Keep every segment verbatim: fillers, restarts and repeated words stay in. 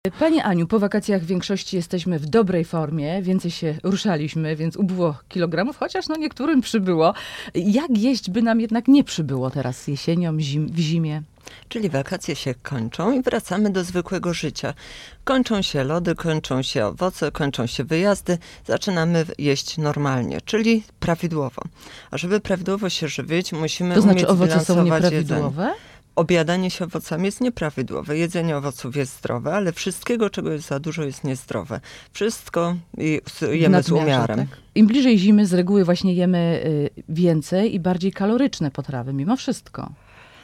Pani Aniu, po wakacjach w większości jesteśmy w dobrej formie, więcej się ruszaliśmy, więc ubyło kilogramów, chociaż no niektórym przybyło. Jak jeść, by nam jednak nie przybyło teraz jesienią, zim, w zimie? Czyli wakacje się kończą i wracamy do zwykłego życia. Kończą się lody, kończą się owoce, kończą się wyjazdy. Zaczynamy jeść normalnie, czyli prawidłowo. A żeby prawidłowo się żywić, musimy To znaczy umieć owoce są zbilansować nieprawidłowe? jedzenie. Obiadanie się owocami jest nieprawidłowe. Jedzenie owoców jest zdrowe, ale wszystkiego, czego jest za dużo, jest niezdrowe. Wszystko jemy z umiarem. Tak? Im bliżej zimy z reguły właśnie jemy więcej i bardziej kaloryczne potrawy, mimo wszystko.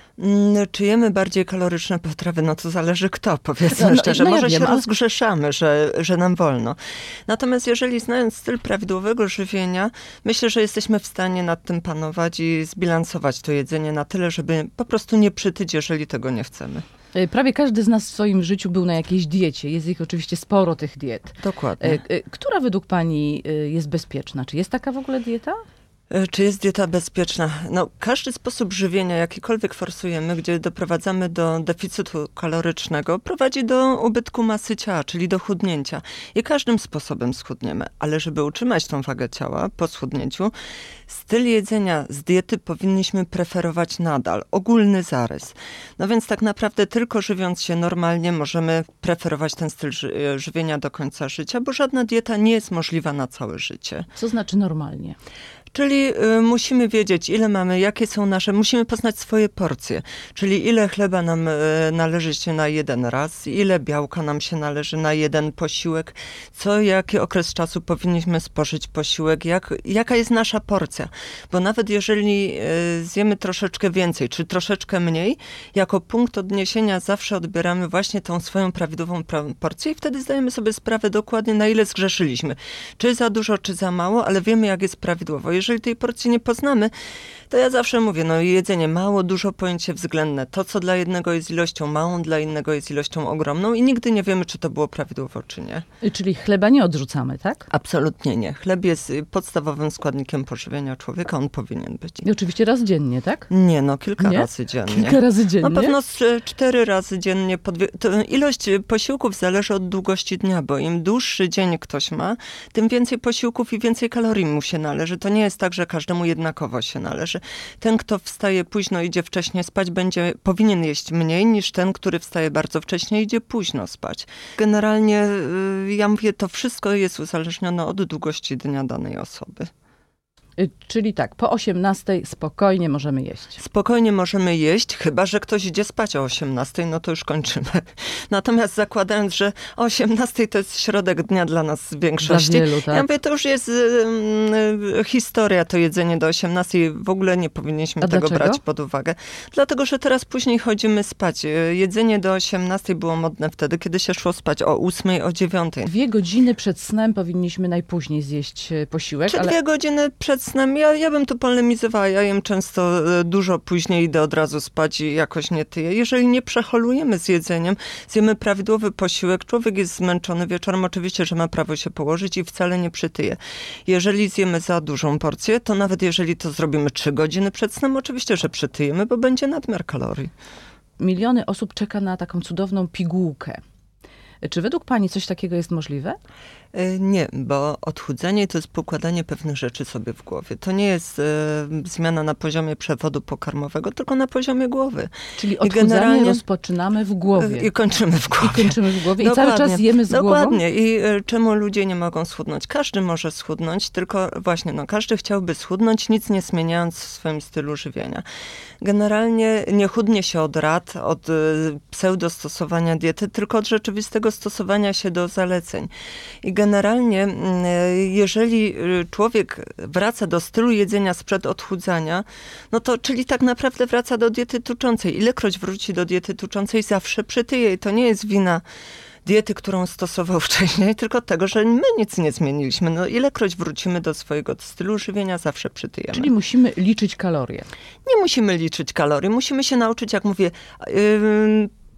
Czy jemy bardziej kaloryczne potrawy? No to zależy kto, powiedzmy no, no, szczerze. no ja Może wiem, się ale... rozgrzeszamy, że, że nam wolno. Natomiast jeżeli znając styl prawidłowego żywienia, myślę, że jesteśmy w stanie nad tym panować i zbilansować to jedzenie na tyle, żeby po prostu nie przytyć, jeżeli tego nie chcemy. Prawie każdy z nas w swoim życiu był na jakiejś diecie. Jest ich oczywiście sporo, tych diet. Dokładnie. Która według pani jest bezpieczna? Czy jest taka w ogóle dieta? Czy jest dieta bezpieczna? No, każdy sposób żywienia, jakikolwiek forsujemy, gdzie doprowadzamy do deficytu kalorycznego, prowadzi do ubytku masy ciała, czyli do chudnięcia. I każdym sposobem schudniemy. Ale żeby utrzymać tą wagę ciała po schudnięciu, styl jedzenia z diety powinniśmy preferować nadal. Ogólny zarys. No więc tak naprawdę tylko żywiąc się normalnie możemy preferować ten styl ży- żywienia do końca życia, bo żadna dieta nie jest możliwa na całe życie. Co znaczy normalnie? Czyli y, musimy wiedzieć, ile mamy, jakie są nasze, musimy poznać swoje porcje. Czyli ile chleba nam y, należy się na jeden raz, ile białka nam się należy na jeden posiłek, co, jaki okres czasu powinniśmy spożyć posiłek, jak, jaka jest nasza porcja. Bo nawet jeżeli y, zjemy troszeczkę więcej, czy troszeczkę mniej, jako punkt odniesienia zawsze odbieramy właśnie tą swoją prawidłową pra- porcję i wtedy zdajemy sobie sprawę dokładnie, na ile zgrzeszyliśmy. Czy za dużo, czy za mało, ale wiemy, jak jest prawidłowo. Jeżeli tej porcji nie poznamy, to ja zawsze mówię, no jedzenie mało, dużo, pojęcie względne. To, co dla jednego jest ilością małą, dla innego jest ilością ogromną i nigdy nie wiemy, czy to było prawidłowo, czy nie. Czyli chleba nie odrzucamy, tak? Absolutnie nie. Chleb jest podstawowym składnikiem pożywienia człowieka, on powinien być. I oczywiście raz dziennie, tak? Nie, no kilka nie? razy dziennie. Kilka razy dziennie? Na pewno z cztery razy dziennie. Podwie... To ilość posiłków zależy od długości dnia, bo im dłuższy dzień ktoś ma, tym więcej posiłków i więcej kalorii mu się należy. To nie jest tak, że każdemu jednakowo się należy. Ten, kto wstaje późno, idzie wcześnie spać, będzie, powinien jeść mniej niż ten, który wstaje bardzo wcześnie, idzie późno spać. Generalnie, ja mówię, to wszystko jest uzależnione od długości dnia danej osoby. Czyli tak, po osiemnastej spokojnie możemy jeść. Spokojnie możemy jeść, chyba że ktoś idzie spać o osiemnastej, no to już kończymy. Natomiast zakładając, że o osiemnastej to jest środek dnia dla nas w większości. Dla wielu, tak? Ja mówię, to już jest y, historia, to jedzenie do osiemnastej. W ogóle nie powinniśmy A tego dlaczego? brać pod uwagę. Dlatego, że teraz później chodzimy spać. Jedzenie do osiemnastej było modne wtedy, kiedy się szło spać o ósmej, o dziewiątej. Dwie godziny przed snem powinniśmy najpóźniej zjeść posiłek. Czy ale... dwie godziny przed snem? Ja, ja bym tu polemizowała. Ja jem często dużo później, idę od razu spać i jakoś nie tyję. Jeżeli nie przeholujemy z jedzeniem, zjemy prawidłowy posiłek, człowiek jest zmęczony wieczorem, oczywiście, że ma prawo się położyć i wcale nie przytyje. Jeżeli zjemy za dużą porcję, to nawet jeżeli to zrobimy trzy godziny przed snem, oczywiście, że przytyjemy, bo będzie nadmiar kalorii. Miliony osób czeka na taką cudowną pigułkę. Czy według pani coś takiego jest możliwe? Nie, bo odchudzanie to jest pokładanie pewnych rzeczy sobie w głowie. To nie jest e, zmiana na poziomie przewodu pokarmowego, tylko na poziomie głowy. Czyli odchudzanie generalnie... rozpoczynamy w głowie. I kończymy w głowie. I kończymy w głowie. Dokładnie. I cały czas jemy z Dokładnie. głową. Dokładnie. I e, czemu ludzie nie mogą schudnąć? Każdy może schudnąć, tylko właśnie, no każdy chciałby schudnąć, nic nie zmieniając w swoim stylu żywienia. Generalnie nie chudnie się od rad, od e, pseudostosowania diety, tylko od rzeczywistego stosowania się do zaleceń. I generalnie, jeżeli człowiek wraca do stylu jedzenia sprzed odchudzania, no to, czyli tak naprawdę wraca do diety tuczącej. Ilekroć wróci do diety tuczącej, zawsze przytyje. I to nie jest wina diety, którą stosował wcześniej, tylko tego, że my nic nie zmieniliśmy. No ilekroć wrócimy do swojego stylu żywienia, zawsze przytyjemy. Czyli musimy liczyć kalorie. Nie musimy liczyć kalorii. Musimy się nauczyć, jak mówię, yy,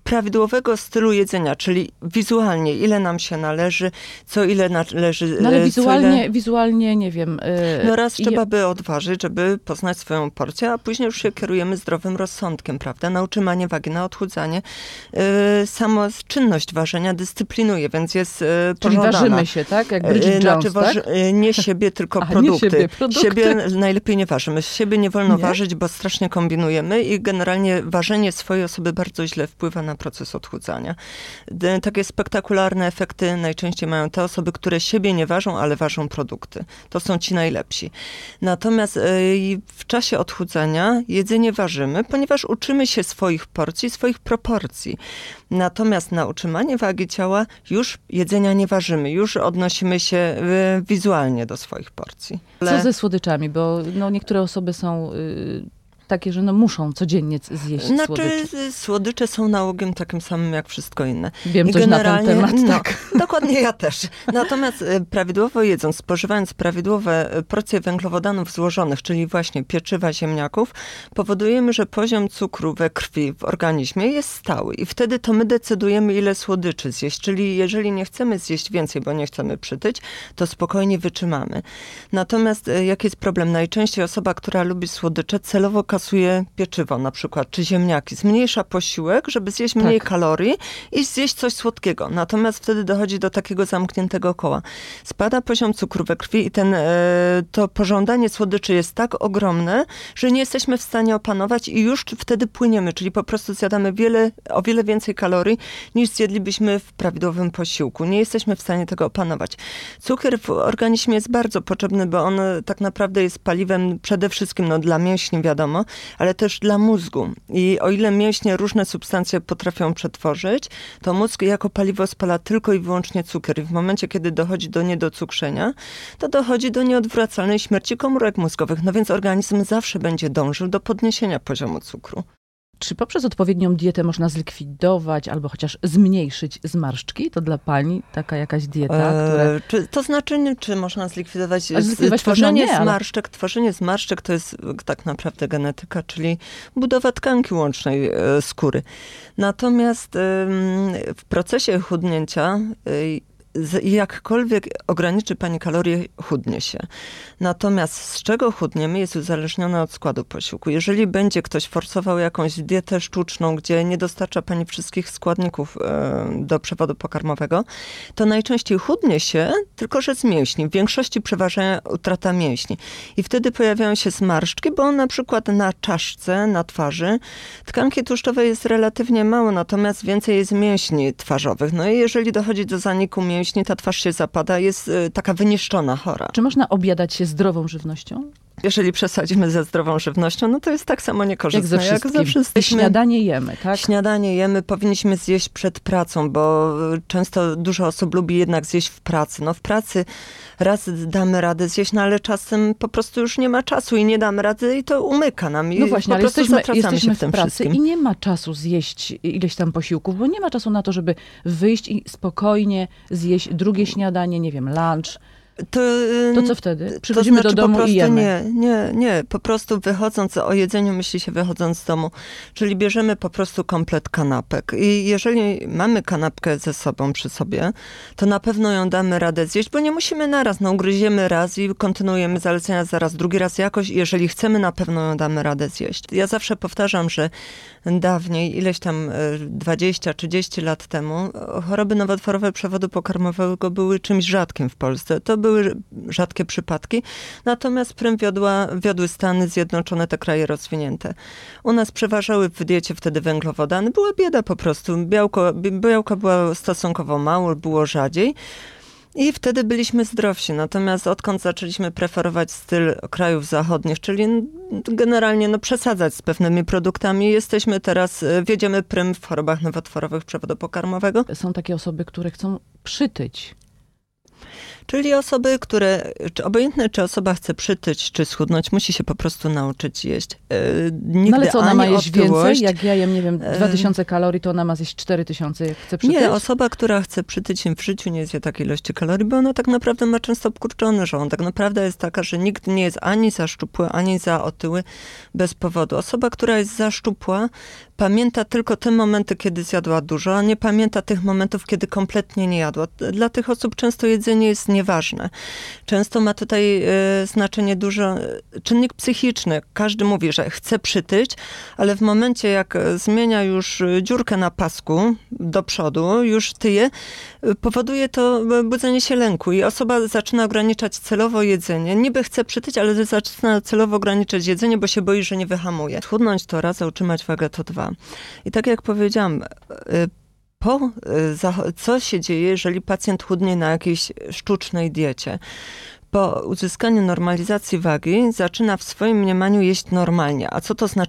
prawidłowego stylu jedzenia, czyli wizualnie, ile nam się należy, co ile należy. No ale wizualnie, ile... wizualnie nie wiem. Yy, no raz i... trzeba by odważyć, żeby poznać swoją porcję, a później już się kierujemy zdrowym rozsądkiem, prawda? Na utrzymanie wagi, na odchudzanie. Yy, samo czynność ważenia dyscyplinuje, więc jest yy, Czyli pożądana. ważymy się, tak? Jak Bridget Jones, znaczy, tak? waży... Nie siebie, tylko Aha, produkty. Nie siebie, produkty. Siebie najlepiej nie ważymy. Siebie nie wolno nie? ważyć, bo strasznie kombinujemy i generalnie ważenie swojej osoby bardzo źle wpływa na proces odchudzania. Takie spektakularne efekty najczęściej mają te osoby, które siebie nie ważą, ale ważą produkty. To są ci najlepsi. Natomiast yy, w czasie odchudzania jedzenie ważymy, ponieważ uczymy się swoich porcji, swoich proporcji. Natomiast na utrzymanie wagi ciała już jedzenia nie ważymy, już odnosimy się yy, wizualnie do swoich porcji. Ale... Co ze słodyczami? Bo no, niektóre osoby są... Yy... takie, że no muszą codziennie zjeść znaczy, słodycze. Słodycze są nałogiem takim samym jak wszystko inne. Wiem I coś na ten temat, no, tak. Dokładnie ja też. Natomiast prawidłowo jedząc, spożywając prawidłowe porcje węglowodanów złożonych, czyli właśnie pieczywa, ziemniaków, powodujemy, że poziom cukru we krwi w organizmie jest stały i wtedy to my decydujemy, ile słodyczy zjeść. Czyli jeżeli nie chcemy zjeść więcej, bo nie chcemy przytyć, to spokojnie wytrzymamy. Natomiast jaki jest problem? Najczęściej osoba, która lubi słodycze, celowo kasuje pieczywo na przykład, czy ziemniaki. Zmniejsza posiłek, żeby zjeść tak. mniej kalorii i zjeść coś słodkiego. Natomiast wtedy dochodzi do takiego zamkniętego koła. Spada poziom cukru we krwi i ten, to pożądanie słodyczy jest tak ogromne, że nie jesteśmy w stanie opanować i już wtedy płyniemy, czyli po prostu zjadamy wiele, o wiele więcej kalorii, niż zjedlibyśmy w prawidłowym posiłku. Nie jesteśmy w stanie tego opanować. Cukier w organizmie jest bardzo potrzebny, bo on tak naprawdę jest paliwem przede wszystkim no, dla mięśni, wiadomo, ale też dla mózgu. I o ile mięśnie różne substancje potrafią przetworzyć, to mózg jako paliwo spala tylko i wyłącznie cukier. I w momencie, kiedy dochodzi do niedocukrzenia, to dochodzi do nieodwracalnej śmierci komórek mózgowych. No więc organizm zawsze będzie dążył do podniesienia poziomu cukru. Czy poprzez odpowiednią dietę można zlikwidować albo chociaż zmniejszyć zmarszczki? To dla pani taka jakaś dieta, która... Eee, czy, to znaczy, czy można zlikwidować... zlikwidować tworzenie nie, ale... zmarszczek, tworzenie zmarszczek to jest tak naprawdę genetyka, czyli budowa tkanki łącznej e, skóry. Natomiast e, w procesie chudnięcia e, jakkolwiek ograniczy pani kalorie, chudnie się. Natomiast z czego chudniemy jest uzależnione od składu posiłku. Jeżeli będzie ktoś forsował jakąś dietę sztuczną, gdzie nie dostarcza pani wszystkich składników e, do przewodu pokarmowego, to najczęściej chudnie się, tylko że z mięśni. W większości przeważa utrata mięśni. I wtedy pojawiają się zmarszczki, bo na przykład na czaszce, na twarzy tkanki tłuszczowej jest relatywnie mało, natomiast więcej jest mięśni twarzowych. No i jeżeli dochodzi do zaniku mięśni, ta twarz się zapada, jest taka wyniszczona, chora. Czy można objadać się zdrową żywnością? Jeżeli przesadzimy ze zdrową żywnością, no to jest tak samo niekorzystne jak ze wszystkim. Jak ze wszystkim. Śniadanie jemy, tak? Śniadanie jemy, powinniśmy zjeść przed pracą, bo często dużo osób lubi jednak zjeść w pracy. No w pracy raz damy radę zjeść, no ale czasem po prostu już nie ma czasu i nie damy rady i to umyka nam. I no właśnie, po ale prostu jesteśmy, jesteśmy się w tym w pracy wszystkim. i nie ma czasu zjeść ileś tam posiłków, bo nie ma czasu na to, żeby wyjść i spokojnie zjeść drugie śniadanie, nie wiem, lunch. To, to co wtedy? Przychodzimy to znaczy do domu po prostu i jemy. Nie, nie, nie. Po prostu wychodząc, o jedzeniu myśli się wychodząc z domu. Czyli bierzemy po prostu komplet kanapek. I jeżeli mamy kanapkę ze sobą przy sobie, to na pewno ją damy radę zjeść, bo nie musimy naraz. No ugryziemy raz i kontynuujemy zalecenia zaraz drugi raz jakoś. Jeżeli chcemy, na pewno ją damy radę zjeść. Ja zawsze powtarzam, że dawniej, ileś tam dwadzieścia trzydzieści lat temu, choroby nowotworowe przewodu pokarmowego były czymś rzadkim w Polsce. To były rzadkie przypadki, natomiast prym wiodła, wiodły Stany Zjednoczone, te kraje rozwinięte. U nas przeważały w diecie wtedy węglowodany. Była bieda po prostu. Białko, białka była stosunkowo mało, było rzadziej. I wtedy byliśmy zdrowsi. Natomiast odkąd zaczęliśmy preferować styl krajów zachodnich, czyli generalnie no, przesadzać z pewnymi produktami, jesteśmy teraz, wiedziemy prym w chorobach nowotworowych przewodu pokarmowego. Są takie osoby, które chcą przytyć. Czyli osoby, które, czy obojętne czy osoba chce przytyć, czy schudnąć, musi się po prostu nauczyć jeść. Nigdy no ale co, ona ma jeść otyłość, więcej? Jak ja jem, nie wiem, dwa tysiące kalorii, to ona ma zjeść cztery tysiące, jak chce przytyć? Nie, osoba, która chce przytyć, w życiu nie zje takiej ilości kalorii, bo ona tak naprawdę ma często obkurczony żołądek. Tak naprawdę jest taka, że nikt nie jest ani za szczupły, ani za otyły bez powodu. Osoba, która jest za szczupła, pamięta tylko te momenty, kiedy zjadła dużo, a nie pamięta tych momentów, kiedy kompletnie nie jadła. Dla tych osób często jedzenie jest nieważne. Często ma tutaj y, znaczenie dużo czynnik psychiczny. Każdy mówi, że chce przytyć, ale w momencie, jak zmienia już dziurkę na pasku do przodu, już tyje, powoduje to budzenie się lęku i osoba zaczyna ograniczać celowo jedzenie. Niby chce przytyć, ale zaczyna celowo ograniczać jedzenie, bo się boi, że nie wyhamuje. Schudnąć to raz, a utrzymać wagę to dwa. I tak jak powiedziałam, po, co się dzieje, jeżeli pacjent chudnie na jakiejś sztucznej diecie? Po uzyskaniu normalizacji wagi zaczyna w swoim mniemaniu jeść normalnie. A co to znaczy